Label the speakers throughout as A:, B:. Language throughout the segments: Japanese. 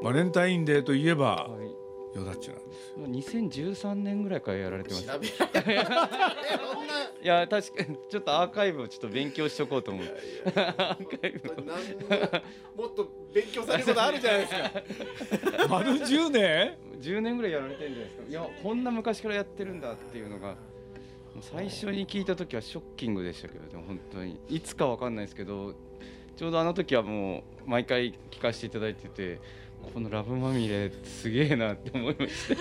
A: バレンタインデーといえば、よだっちなんですよ。
B: 2013年ぐらいからやられてます。
C: 調べ
B: いや確かにちょっとアーカイブをちょっと勉強しとこうと思う。アーカイブ
C: もっと勉強されることあるじゃないですか。
A: 丸10年
B: 10年ぐらいやられてるんじゃないですか。いやこんな昔からやってるんだっていうのが最初に聞いた時はショッキングでしたけど、でも本当にいつかわかんないですけど、ちょうどあの時はもう毎回聞かせていただいてて、このラブまみれすげえなって思いました。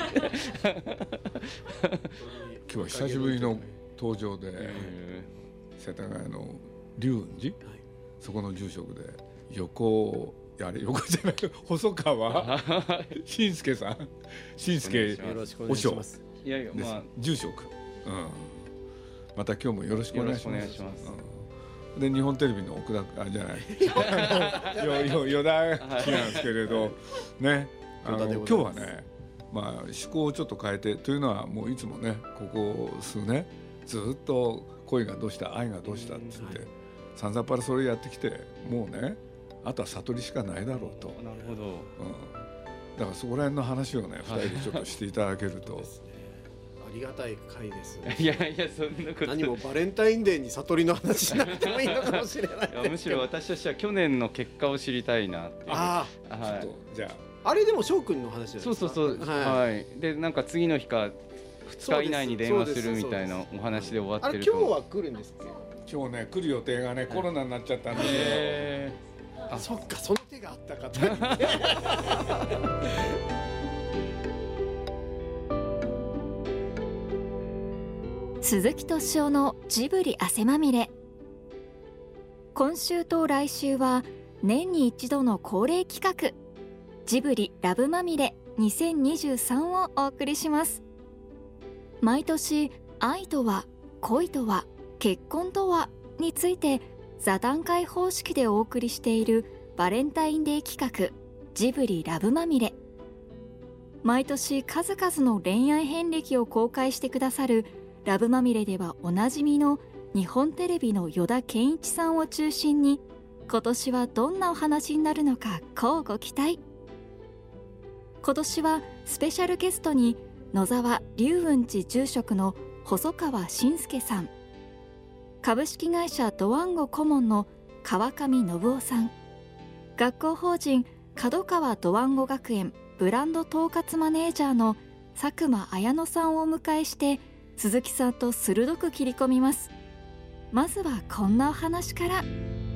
A: 今日は久しぶりの登場で、世田谷の龍雲寺、そこの住職で横じゃない細川信介さん、信介
C: よろしくお願いします。
B: いやいや、まあ
A: 住職、また今日もよろしくお願いします。で日本テレビの奥田じゃない与田氏なんですけれど、ね、今日はね、まあ趣向をちょっと変えてというのはもういつもね、ここ数年ずっと恋がどうした愛がどうしたって言ってさんざっぱらそれやってきて、もうねあとは悟りしかないだろうと。
B: なるほど、
A: だからそこら辺の話をね2人でちょっとしていただけると
C: ありがたい回です。
B: いやいや、そんなこと
C: 何もバレンタインデーに悟りの話しなくてもいいのかもしれない。
B: むしろ私としては去年の結果を知りたいなっていう。
C: あ
A: あ、はい、じゃ
C: あれでも翔くんの話じゃないですか。
B: そう、はい、でなんか次の日か2日以内に電話するみたいなお話で終わってると。
C: あれ今日は来るんですっけ？
A: 今日ね来る予定がね、コロナになっちゃったんですよ。
C: あ、そっか、その手があったかと。
D: 鈴木敏夫のジブリ汗まみれ。今週と来週は年に一度の恒例企画、ジブリラブまみれ2023をお送りします。毎年愛とは、恋とは、結婚とはについて座談会方式でお送りしているバレンタインデー企画、ジブリラブまみれ。毎年数々の恋愛遍歴を公開してくださるラブまみれではおなじみの日本テレビの依田健一さんを中心に、今年はどんなお話になるのか乞うご期待。今年はスペシャルゲストに野沢龍雲寺住職の細川信介さん、株式会社ドワンゴ顧問の川上信夫さん、学校法人角川ドワンゴ学園ブランド統括マネージャーの佐久間綾乃さんをお迎えして、鈴木さんと鋭く切り込みます。まずはこんなお話から。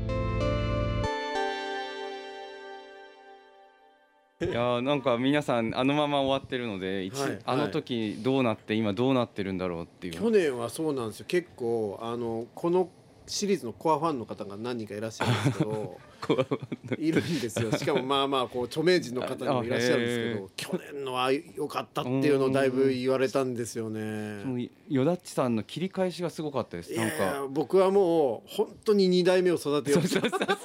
B: いやなんか皆さんあのまま終わってるので、あの時どうなって今どうなってるんだろうっていう。
C: 去年はそうなんですよ。結構このシリーズのコアファンの方が何人かいらっしゃるんですけどいるんですよ。しかもまあまあこう著名人の方もいらっしゃるんですけど、去年のは良かったっていうのをだいぶ言われたんですよね。
B: よだっちさんの切り返しがすごかったです。なんか
C: 僕はもう本当に2代目を育てようと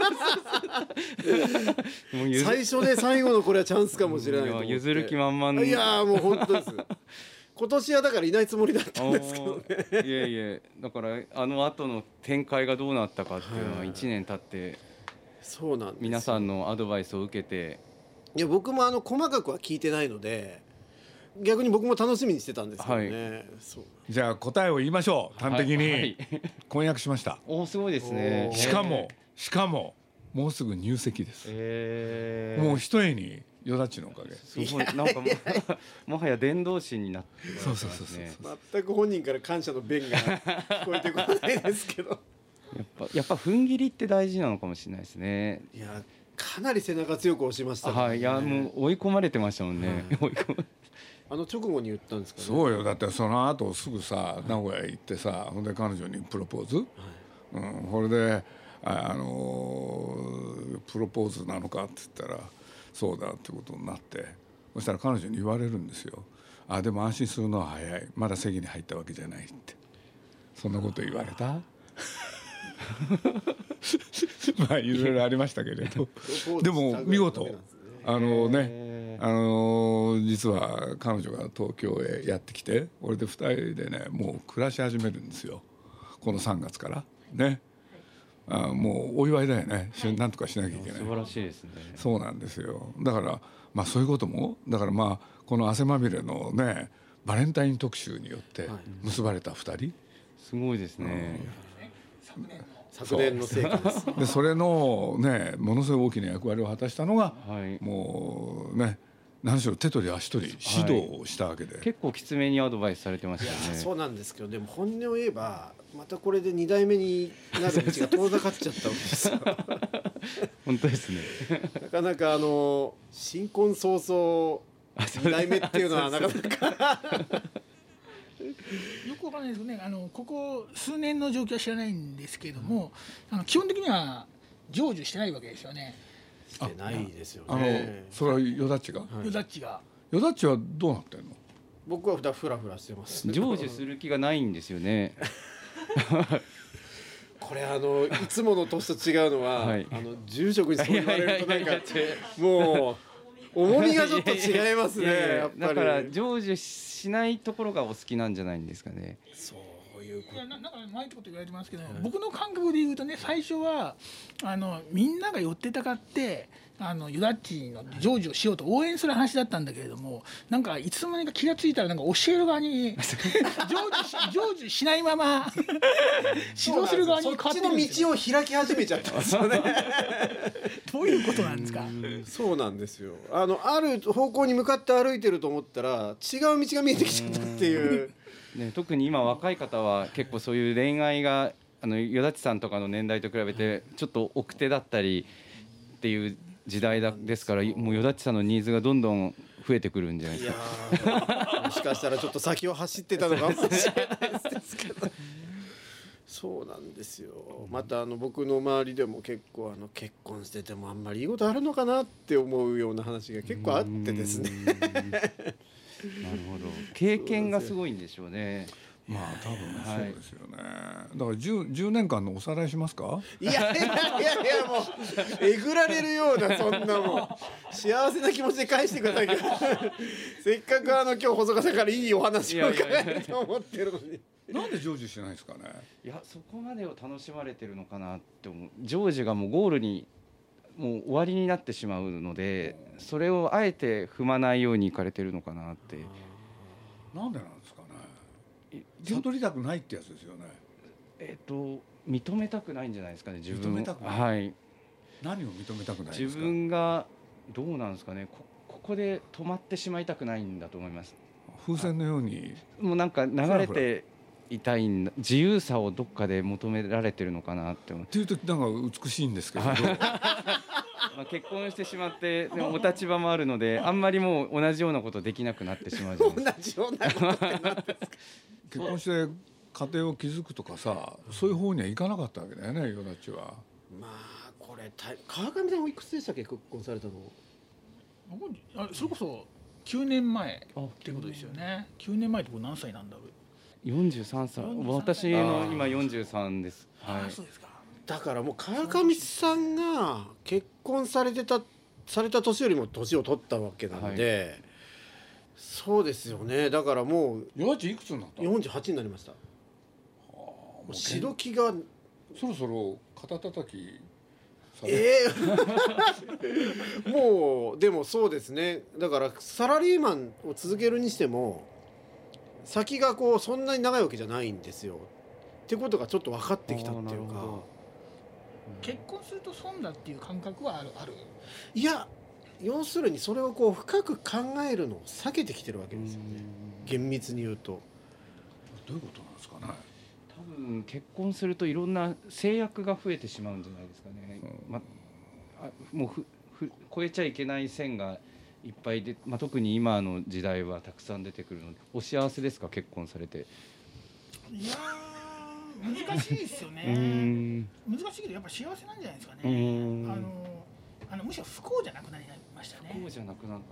C: 最初で最後のこれはチャンスかもしれないと思って、
B: 譲る気満々。
C: いやもう本当です。今年はだからいないつもりだったんですけどね。
B: いえいえ、だからあの後の展開がどうなったかっていうのは1年経って、
C: そうなんです。
B: 皆さんのアドバイスを受けて、
C: いや僕も細かくは聞いてないので、逆に僕も楽しみにしてたんですけどね。そう
A: じゃあ答えを言いましょう。端的に、婚約しました。
B: お、すごいですね。
A: しかももうすぐ入籍です。もう一重によだちのおかげ。
B: すごい、なんかもはや伝道師になってますね。
C: 全く本人から感謝の弁が聞こえてこないですけど
B: やっぱ踏ん切りって大事なのかもしれないですね。
C: いやかなり背中強く押しましたね。
B: いやもう追い込まれてましたもんね。
C: 直後に言ったんですかね。
A: そうよ。だってその後すぐさ名古屋行ってさ、ほんで彼女にプロポーズ、これでプロポーズなのかって言ったらそうだってことになって、そしたら彼女に言われるんですよ。でも安心するのは早い、まだ籍に入ったわけじゃないって、そんなこと言われたまあいろいろありましたけれどでも見事実は彼女が東京へやってきて、俺で2人でねもう暮らし始めるんですよ、この3月からね。 もうお祝いだよね。なんとかしなきゃいけない。
B: 素晴らしいですね。
A: そうなんですよ。だからそういうこともだからこの汗まみれのねバレンタイン特集によって結ばれた2人、
B: すごいですね。
C: 昨年の成果です。
A: でそれのねものすごい大きな役割を果たしたのが、もうね何しろ手取り足取り指導をしたわけで、
B: 結構きつめにアドバイスされてましたよね。
C: そうなんですけど、でも本音を言えばまたこれで2代目になる道が遠ざかっちゃったわけですよ。
B: 本当ですね。
C: なかなか新婚早々2代目っていうのはなかなか
E: よくわからないですけどね、ここ数年の状況は知らないんですけれども、基本的には成就してないわけですよね。
C: してないですよね。
A: それはヨダッチが、
E: ヨダッチが
A: ヨダッチはどうなってんの？
C: 僕はフラフラしてます。
B: 成就する気がないんですよね。
C: これいつもの年と違うのは、住職にそう言われるとなんかもう重みがちょっと違いますね。やっぱり
B: だから成就しないところがお好きなんじゃないんですかね。
C: そういうこと。
E: なんか前ってこと言われてますけど、僕の感覚で言うとね、最初はみんなが寄ってたかってユダッチの成就をしようと応援する話だったんだけれども、なんかいつの間にか気がついたらなんか教える側に成就しないまま指導する側に変わってるんですよ。
C: そっちの道を開き始めちゃったんですよね。
E: どういうことなんですか？
C: そうなんですよ。ある方向に向かって歩いてると思ったら違う道が見えてきちゃったっていう。
B: ね、特に今若い方は結構そういう恋愛がヨダッチさんとかの年代と比べてちょっと奥手だったりっていう時代ですから、もうヨダッチさんのニーズがどんどん増えてくるんじゃないですか。
C: もしかしたらちょっと先を走ってたのかもしれないですけど。そうなんですよ。また僕の周りでも結構結婚しててもあんまりいいことあるのかなって思うような話が結構あってですね。
B: なるほど。経験がすごいんでしょうね。
A: 多分そうですよね。だから10年間のおさらいしますか？
C: いやもうえぐられるようなそんなもん幸せな気持ちで返してくださいけどせっかく今日細川さんからいいお話を伺えると思ってるのに。
A: なんで成就しないですかね？
B: いや、そこまでを楽しまれてるのかなって思う。成就がもうゴールにもう終わりになってしまうので、それをあえて踏まないようにいかれてるのかなって。
A: なんでなんですかね。悟りたくないってやつですよね。
B: 認めたくないんじゃないですかね。自分
A: 認めたくない。
B: はい。
A: 何を認めたくないんですか？
B: 自分がどうなんですかね。ここで止まってしまいたくないんだと思います。
A: 風船のように
B: もうなんか流れていたいんだ。自由さをどっかで求められてるのかなって思う。
A: っていうとなんか美しいんですけど。
B: 結婚してしまってでもお立場もあるので、あんまりもう同じようなことできなくなってしまうじゃないですか。
C: 同じようなことって何ですか？
A: 結婚して家庭を築くとかさ、そういう方にはいかなかったわけだよね、ヨダッチは。
C: これ川上さんおいくつでしたっけ、結婚されたの？
E: それこそ9年前ってことですよね。9年前って僕何歳なんだろう。
B: 43歳。私の今43です。
E: はい。そうですか。
C: だからもう川上さんが結婚された年よりも年を取ったわけなので、そうですよね。だからもう
A: ヨダッチいくつになったの
C: ？48になりました。しどきが
A: そろそろ肩たたき
C: もうでもそうですね。だからサラリーマンを続けるにしても先がそんなに長いわけじゃないんですよってことがちょっと分かってきたっていうか。
E: 結婚すると損だっていう感覚はある。
C: いや、要するにそれを深く考えるのを避けてきてるわけですよね。厳密に言うと。
A: どういうことなんですかね。
B: 多分結婚するといろんな制約が増えてしまうんじゃないですかね。もう超えちゃいけない線がいっぱいで、特に今の時代はたくさん出てくるので。お幸せですか、結婚されて？
E: いや難しいですよね。難しいけどやっぱ幸せなんじゃないですかね。むしろ不幸じゃなくなりましたね。
B: 不幸じゃなくなったって。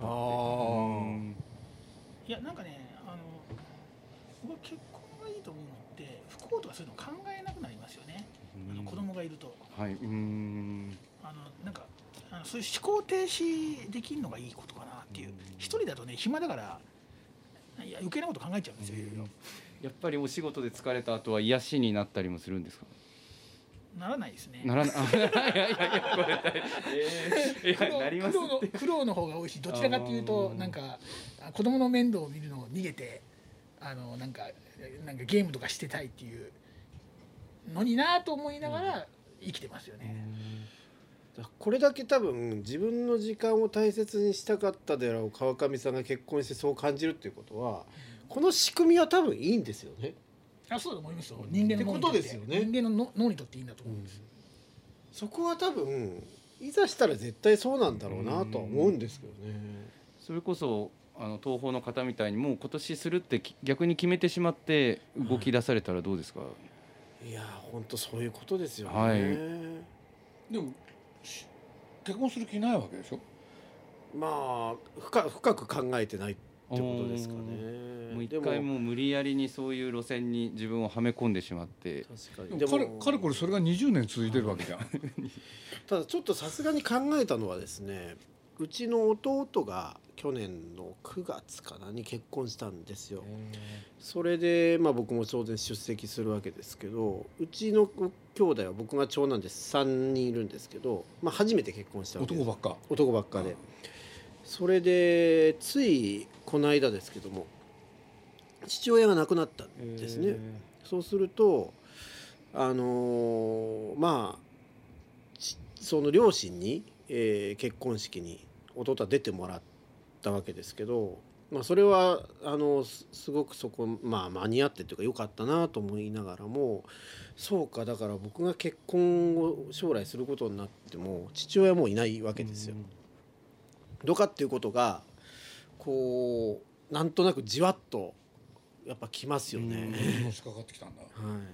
E: いやなんかね、僕は結婚がいいと思うのって不幸とかそういうの考えなくなりますよね。子供がいると。
B: はい。
E: なんかそういう思考停止できるのがいいことかなっていう。一人だとね暇だから余計なこと考えちゃうんですよ。
B: やっぱりお仕事で疲れた後は癒しになったりもするんですか？
E: ならないですね。
B: ならない。いやこれなりますって。
E: 苦労の方が多いし、どちらかというとなんか子供の面倒を見るのを逃げてなんかゲームとかしてたいっていうのになと思いながら生きてますよね。
C: これだけ多分自分の時間を大切にしたかったであろう川上さんが結婚してそう感じるっていうことは、この仕組みは多分いいんですよね。
E: そうだと思いますよ。人間の脳にとって、
C: ってことですよね。
E: 人間の脳にとっていいんだと思うんです。
C: そこは多分いざしたら絶対そうなんだろうなとは思うんですけどね。
B: それこそ東宝の方みたいにもう今年するって逆に決めてしまって動き出されたらどうですか？
C: いや本当そういうことですよね。
B: はい、
A: でも結婚する気ないわけでしょ。
C: まあ深く考えてないってことですかね。
B: もう一回もう無理やりにそういう路線に自分をはめ込んでしまって。
C: 確かに。
A: でもかれこれそれが20年続いてるわけじゃん。
C: ただちょっとさすがに考えたのはですね、うちの弟が去年の9月かなに結婚したんですよ。それで僕も当然出席するわけですけど、うちの兄弟は僕が長男で3人いるんですけど、初めて結婚したわけです。男ばっかで。それでついこの間ですけども父親が亡くなったんですね。そうするとその両親に、結婚式に弟は出てもらったわけですけど、それはすごくそこ間に合ってというか良かったなと思いながらも、そうかだから僕が結婚を将来することになっても父親もいないわけですよ。どうかっていうことがこうなんとなくじわっとやっぱきますよね。
A: のしかかってきたんだ。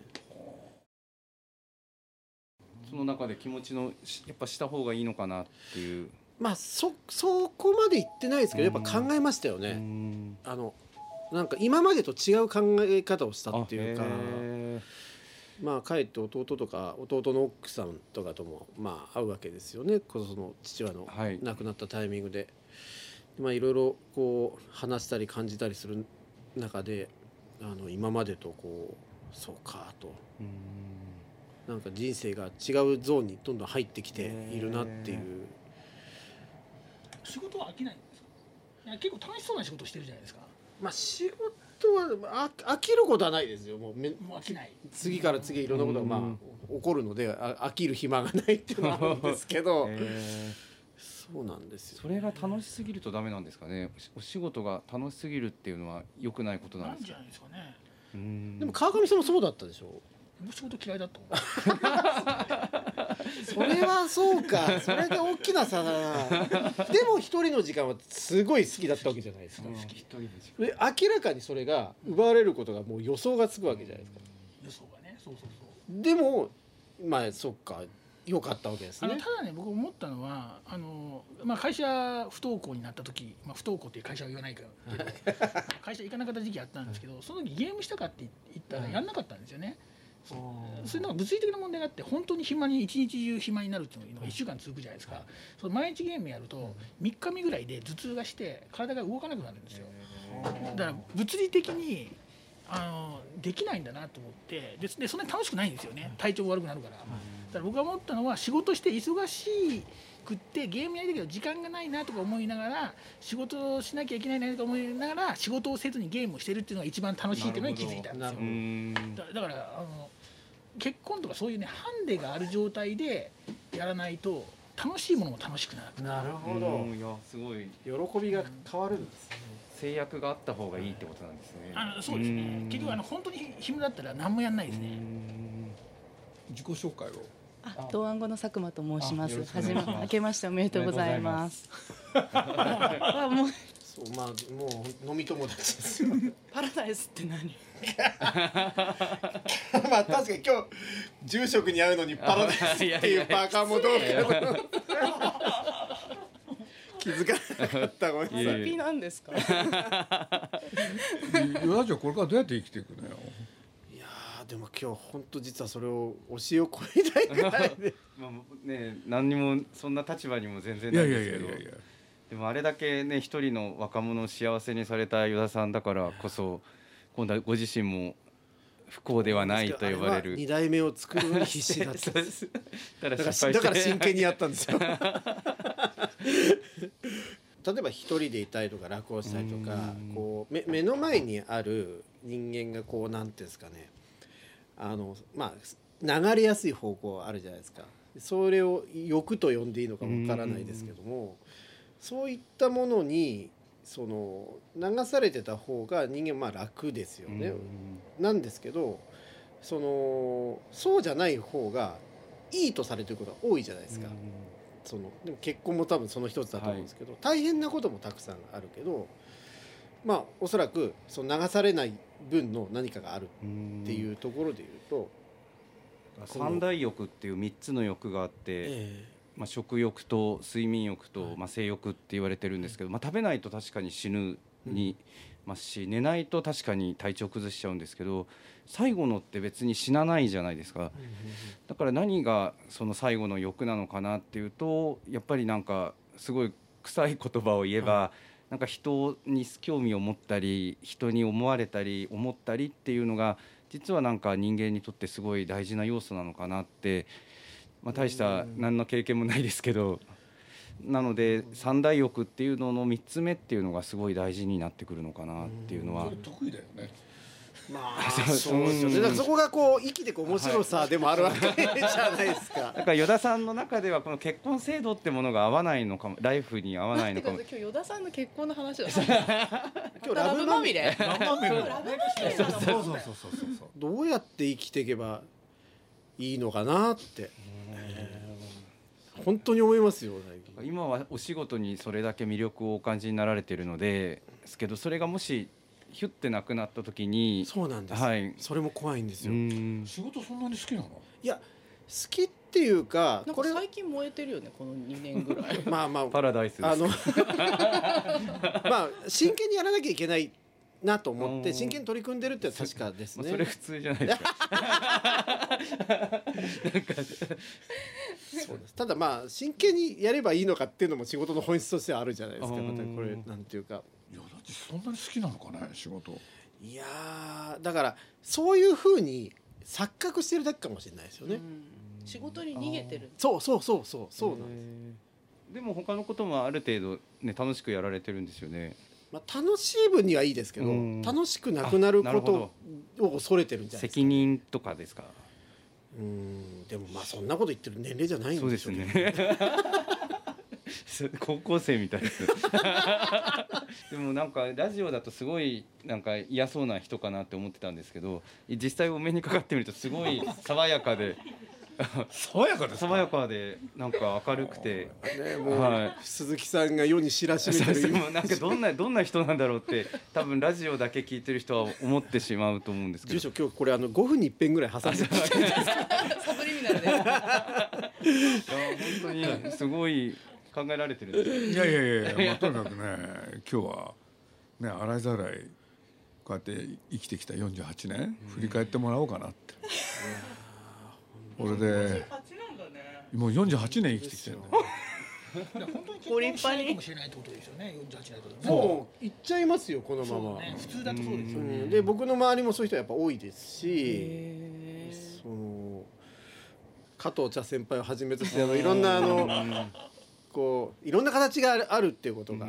B: その中で気持ちのやっぱした方がいいのかなっていう。
C: そこまで言ってないですけどやっぱ考えましたよね。なんか今までと違う考え方をしたっていうか、かえって弟の奥さんとかとも会うわけですよね。その父親の亡くなったタイミングで、いろいろこう話したり感じたりする中で今までとそうかと、なんか人生が違うゾーンにどんどん入ってきているなっていう。
E: 仕事は飽きないんですか？いや結構楽しそうな仕事してるじゃないですか。
C: 仕事は飽きることはないですよ。もう飽
E: きない。
C: 次から次へいろんなことが起こるので飽きる暇がないっていうのはあるんですけど、そうなんですよ。
B: それが楽しすぎるとダメなんですかね。お仕事が楽しすぎるっていうのは良くないことなんですか？
E: なんじゃないですかね。
C: でも川上さんもそうだったでしょ。
E: 仕事嫌いだと。
C: それはそうか。それが大きな差だな。でも一人の時間はすごい好きだったわけじゃないですか。で明らかにそれが奪われることがもう予想がつくわけじゃないですか。
E: 予想がね。そう。
C: でもそっか良かったわけですね。
E: ただね僕思ったのは会社不登校になった時、不登校っていう会社は言わないけど会社行かなかった時期あったんですけど、その時ゲームしたかって言ったらやんなかったんですよね。そういうのが物理的な問題があって本当に暇に一日中暇になるっていうのが1週間続くじゃないですか。その毎日ゲームやると3日目ぐらいで頭痛がして体が動かなくなるんですよ。だから物理的にできないんだなと思って、でそんなに楽しくないんですよね。体調悪くなるから。だから僕が思ったのは仕事して忙しくってゲームやりたいけど時間がないなとか思いながら仕事をしなきゃいけないなとか思いながら仕事をせずにゲームをしてるっていうのが一番楽しいっていうのに気づいたんですよ。だから結婚とかそういうねハンデがある状態でやらないと楽しいものも楽しくなる。
C: なるほど。
B: いやすごい
C: 喜びが変わるんですね。
B: 制約があった方がいいってことなんですね。
E: そうですね。結局本当に暇だったら何もやんないですね。
A: 自己紹介を。
F: 東安語の佐久間と申します。明けましておめでとうございます。
C: もう飲み友達ですよ。
F: パラダイスって何？
C: 確かに今日住職に会うのにパラダイスっていうパーカーもどうか気づかなかった。ごめんなさい。
F: ハッピーなんですか？
A: ラジオこれからどうやって生きていくのよ。
C: いやでも今日本当実はそれを推しを超えたいぐらいで
B: ね何にもそんな立場にも全然ないですけど、でもあれだけね一人の若者を幸せにされた依田さんだからこそ今度はご自身も不幸ではないと呼ばれる。
C: 2代目を作るのに必死だったんです
B: だ
C: だから真剣にやったんですよ例えば一人でいたりとか落語したりとかこう目の前にある人間がこうなんていうんですかねまあ流れやすい方向あるじゃないですか。それを欲と呼んでいいのかわからないですけども、そういったものにその流されてた方が人間まあ楽ですよね。なんですけどそうじゃない方がいいとされてることが多いじゃないですか。でも結婚も多分その一つだと思うんですけど、大変なこともたくさんあるけど、まあおそらくその流されない分の何かがあるっていうところでいうと、
B: 三大欲っていう3つの欲があって、まあ、食欲と睡眠欲と、まあ、性欲って言われてるんですけど、まあ、食べないと確かに死ぬにますし、寝ないと確かに体調崩しちゃうんですけど、最後のって別に死なないじゃないですか。だから何がその最後の欲なのかなっていうと、やっぱりなんかすごい臭い言葉を言えば、なんか人に興味を持ったり人に思われたり思ったりっていうのが実はなんか人間にとってすごい大事な要素なのかなって、まあ、大した何の経験もないですけど、なので三大欲っていうのの3つ目っていうのがすごい大事になってくるのかなっていうのは。
A: 得意だよね。
C: まあそうですよね。だからそこがこう生きていく面白さでもあるわけじゃないですか。
B: だから依田さんの中ではこの結婚制度ってものが合わないのかも、ライフに合わないのかも。
F: 今日依田さんの結婚の話だ。今日ラブまみれ。
A: ラブまみれ。
C: そうどうやって生きていけばいいのかなって本当に思いますよ。
B: 今はお仕事にそれだけ魅力をお感じになられているのですけど、それがもしヒュッてなくなった時に。
C: そうなんです、
B: はい、
C: それも怖いんですよ。
A: 仕事そんなに好きなの？
C: いや好きっていうか、
F: これ最近燃えてるよね、この2年ぐらい
C: まあまあ
B: パラダイスです
C: まあ真剣にやらなきゃいけないなと思って真剣に取り組んでるって確かですね。
B: それ普通じゃないですか
C: そうです。ただまあ真剣にやればいいのかっていうのも仕事の本質としてはあるじゃないですか。またこれなんていうか、
A: いやだってそんなに好きなのかね仕事。
C: いやだからそういう風に錯覚してるだけかもしれないですよね。
F: 仕事に逃げてる。
C: そうなんです。
B: でも他のこともある程度ね楽しくやられてるんですよね。
C: まあ、楽しい分にはいいですけど、楽しくなくなることを恐れてるんじゃないですか。
B: 責任とかですか。
C: でもまあそんなこと言ってる年齢じゃないんでしょうね。
B: 高校生みたいですでもなんかラジオだとすごいなんか嫌そうな人かなって思ってたんですけど、実際お目にかかってみるとすごい爽やかで
A: 爽やかですか？
B: 爽やかでなんか明るくて、
C: ね、もう、鈴木さんが世に知らしめてる
B: なんかどんな人なんだろうって多分ラジオだけ聞いてる人は思ってしまうと思うんですけど、
C: 住所今日これ5分に1遍ぐらい挟んで
F: サブリミナルで。
B: いや本当にすごい考えられてるんです。
A: いや、まあ、とにかくね今日はね洗いざらいこうやって生きてきた48年振り返ってもらおうかなって。俺でもう48年生きてきてるんだよ。
E: 本当に結婚しないかもしれないってことですよね。48年だと
C: もう行っちゃいますよこのまま。
E: 普通だとそうですよね。
C: で僕の周りもそういう人はやっぱ多いですし、加藤茶先輩をはじめとしていろんなこういろんな形があるっていうことが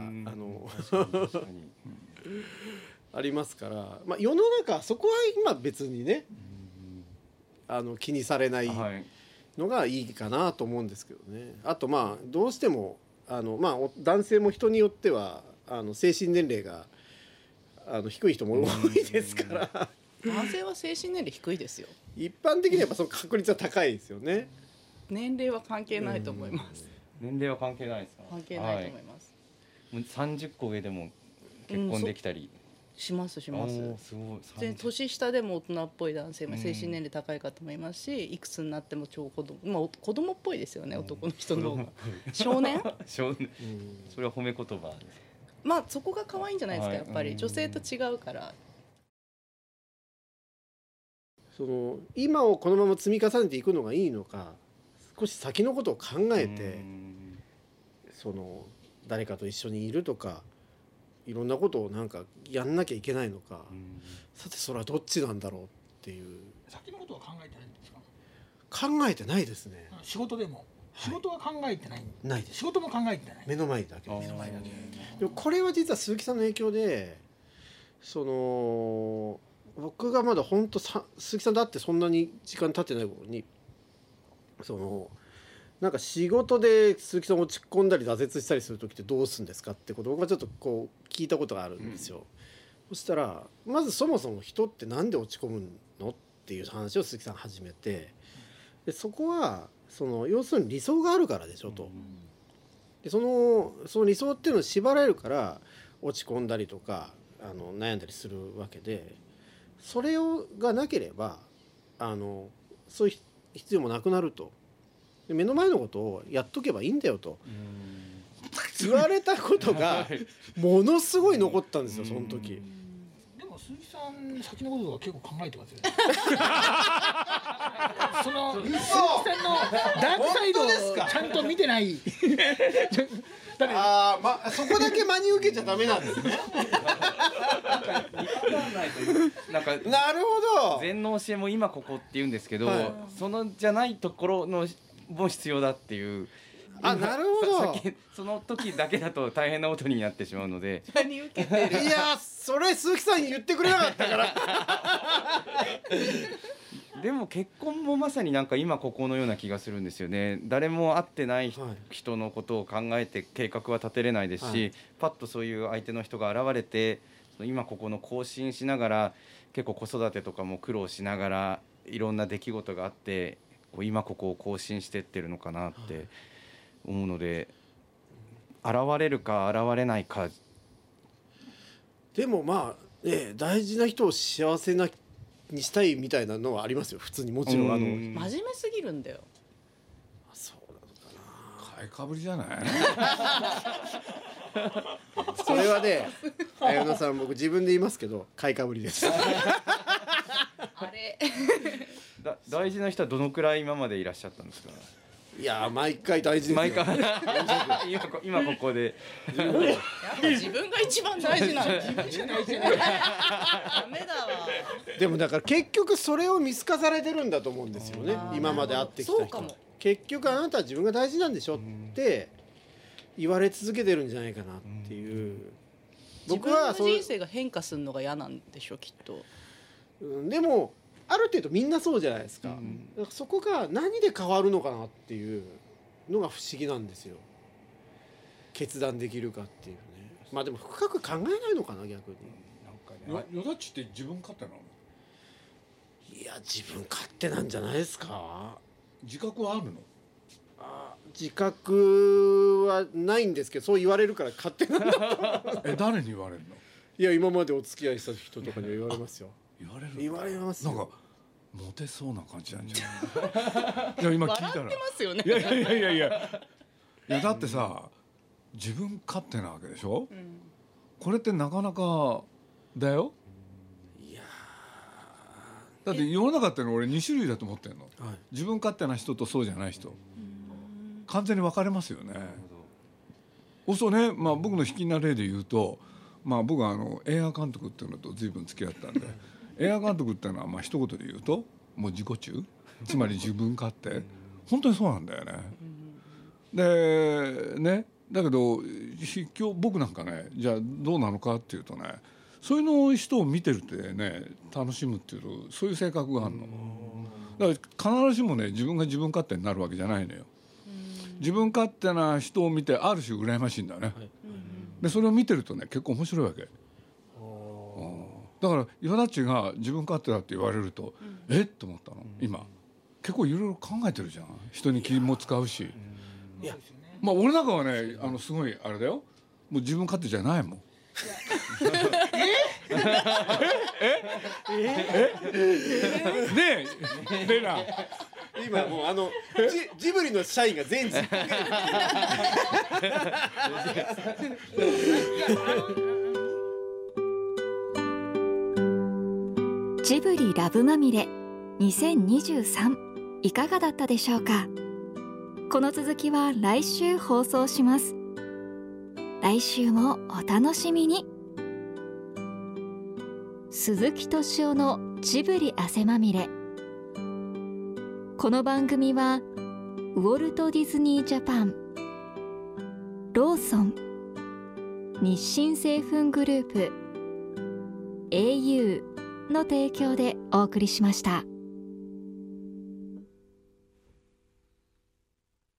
C: ありますから、まあ、世の中そこは今別にね気にされないのがいいかなと思うんですけどね。あとまあどうしてもまあ男性も人によっては精神年齢が低い人も多いですから
F: 男性は精神年齢低いですよ。
C: 一般的にはやっぱその確率は高いですよね。
F: 年齢は関係ないと思います。
B: 年齢は関係ないですか？
F: 関係ないと思います。
B: もう30個上でも結婚できたり。
F: します。
B: すごい。
F: で年下でも大人っぽい男性も精神年齢高い方もいますし、いくつになっても子供っぽいですよね、男の人の方が。少年
B: それは褒め言葉です。
F: まあそこが可愛いんじゃないですか、やっぱり女性と違うから。
C: 今をこのまま積み重ねていくのがいいのか、少し先のことを考えて誰かと一緒にいるとかいろんなことをなんかやんなきゃいけないのか、さてそれはどっちなんだろうっっていう。
E: 先のことは考えてないんですか？
C: 考えてないですね。
E: 仕事でも、仕事は考えてない、
C: ないです。
E: 仕事も考えてない。
C: 目の前だけです。
E: 目の前だけ。
C: でもこれは実は鈴木さんの影響で、その僕がまだ本当鈴木さんだってそんなに時間経ってない頃に、そのなんか仕事で鈴木さん落ち込んだり挫折したりする時ってどうするんですかってことを僕はちょっとこう聞いたことがあるんですよ。そしたらまずそもそも人ってなんで落ち込むのっていう話を鈴木さん始めて、でそこはその要するに理想があるからでしょと。でその理想っていうのを縛られるから落ち込んだりとか悩んだりするわけで、それがなければそういう必要もなくなると。で目の前のことをやっとけばいいんだよと言われたことがものすごい残ったんですよ、その時。
E: でも鈴木さん先のことは結構考えてますよね。その鈴木さんのダークサイドをちゃんと見てない。
C: そこだけ真に受けちゃダメなんですね。
B: なんか
C: なるほど。
B: 禅の教えも今ここって言うんですけど、そのじゃないところのも必要だっていう。
C: なるほど。
B: その時だけだと大変なことになってしまうので。
F: 真に受けてる。
C: いやそれ鈴木さんに言ってくれなかったから。
B: でも結婚もまさになんか今ここのような気がするんですよね。誰も会ってない人のことを考えて計画は立てれないですし、パッとそういう相手の人が現れて今ここの更新しながら結構子育てとかも苦労しながらいろんな出来事があって今ここを更新してってるのかなって思うので、現れるか現れないか。
C: でもまあね、大事な人を幸せにしたいみたいなのはありますよ、普通に。もちろん
F: 真面目すぎるんだよ。
C: そうなのかな。
A: 買いかぶりじゃない？
C: それはね、綾野さん僕自分で言いますけど買いかぶりです。
F: あれ
B: 大事な人はどのくらい今までいらっしゃったんですか？
C: いや毎回大事ですよ。
B: 毎回今ここで
F: やっぱ自分が一番大事なんだよ。ダメだわ。
C: でもだから結局それを見透かされてるんだと思うんですよね、今まで会ってきた人。
F: そうかも。
C: 結局あなたは自分が大事なんでしょって言われ続けてるんじゃないかなっていう。
F: 僕は自分の人生が変化するのが嫌なんでしょきっと。
C: でもある程度みんなそうじゃないですか。だからそこが何で変わるのかなっていうのが不思議なんですよ。決断できるかっていうね。まあでも深く考えないのかな逆に。
A: よだっちって自分勝手なの？
C: いや自分勝手なんじゃないですか。
A: 自覚はあるの？
C: 自覚はないんですけど、そう言われるから勝手なんだと。
A: 誰に言われるの？
C: いや今までお付き合いした人とかには言われますよ。
A: 言われますよ。なんかモテそうな感じなんじゃない？いや今聞いたら
F: 笑ってますよね。
A: いやだってさ自分勝手なわけでしょ、これってなかなかだよ。
C: いや
A: だって世の中っての俺2種類だと思ってんの、自分勝手な人とそうじゃない人、完全に分かれますよね。そうね、まあ僕の引きな例で言うと、まあ僕は映画監督っていうのと随分付き合ったんで映画監督っていうのはまあ一言で言うともう自己中、つまり自分勝手、本当にそうなんだよね。でね、だけど今日僕なんかね、じゃあどうなのかっていうとね、そういうの人を見てるってね楽しむっていうそういう性格があるの。だから必ずしもね自分が自分勝手になるわけじゃないのよ。自分勝手な人を見てある種羨ましいんだね。でそれを見てるとね結構面白いわけ。だから岩田っちが自分勝手だって言われると、えっと思ったの。今結構いろいろ考えてるじゃん。人に気も使うし。いやまあ俺なんかはねすごいあれだよ。もう自分勝手じゃないもん。でレナ
C: 今もうジブリの社員が全員ずっこける。
D: ジブリラブまみれ2023いかがだったでしょうか。この続きは来週放送します。来週もお楽しみに。鈴木敏夫のジブリ汗まみれ。この番組はウォルト・ディズニー・ジャパン、ローソン、日清製粉グループ、au の提供でお送りしました。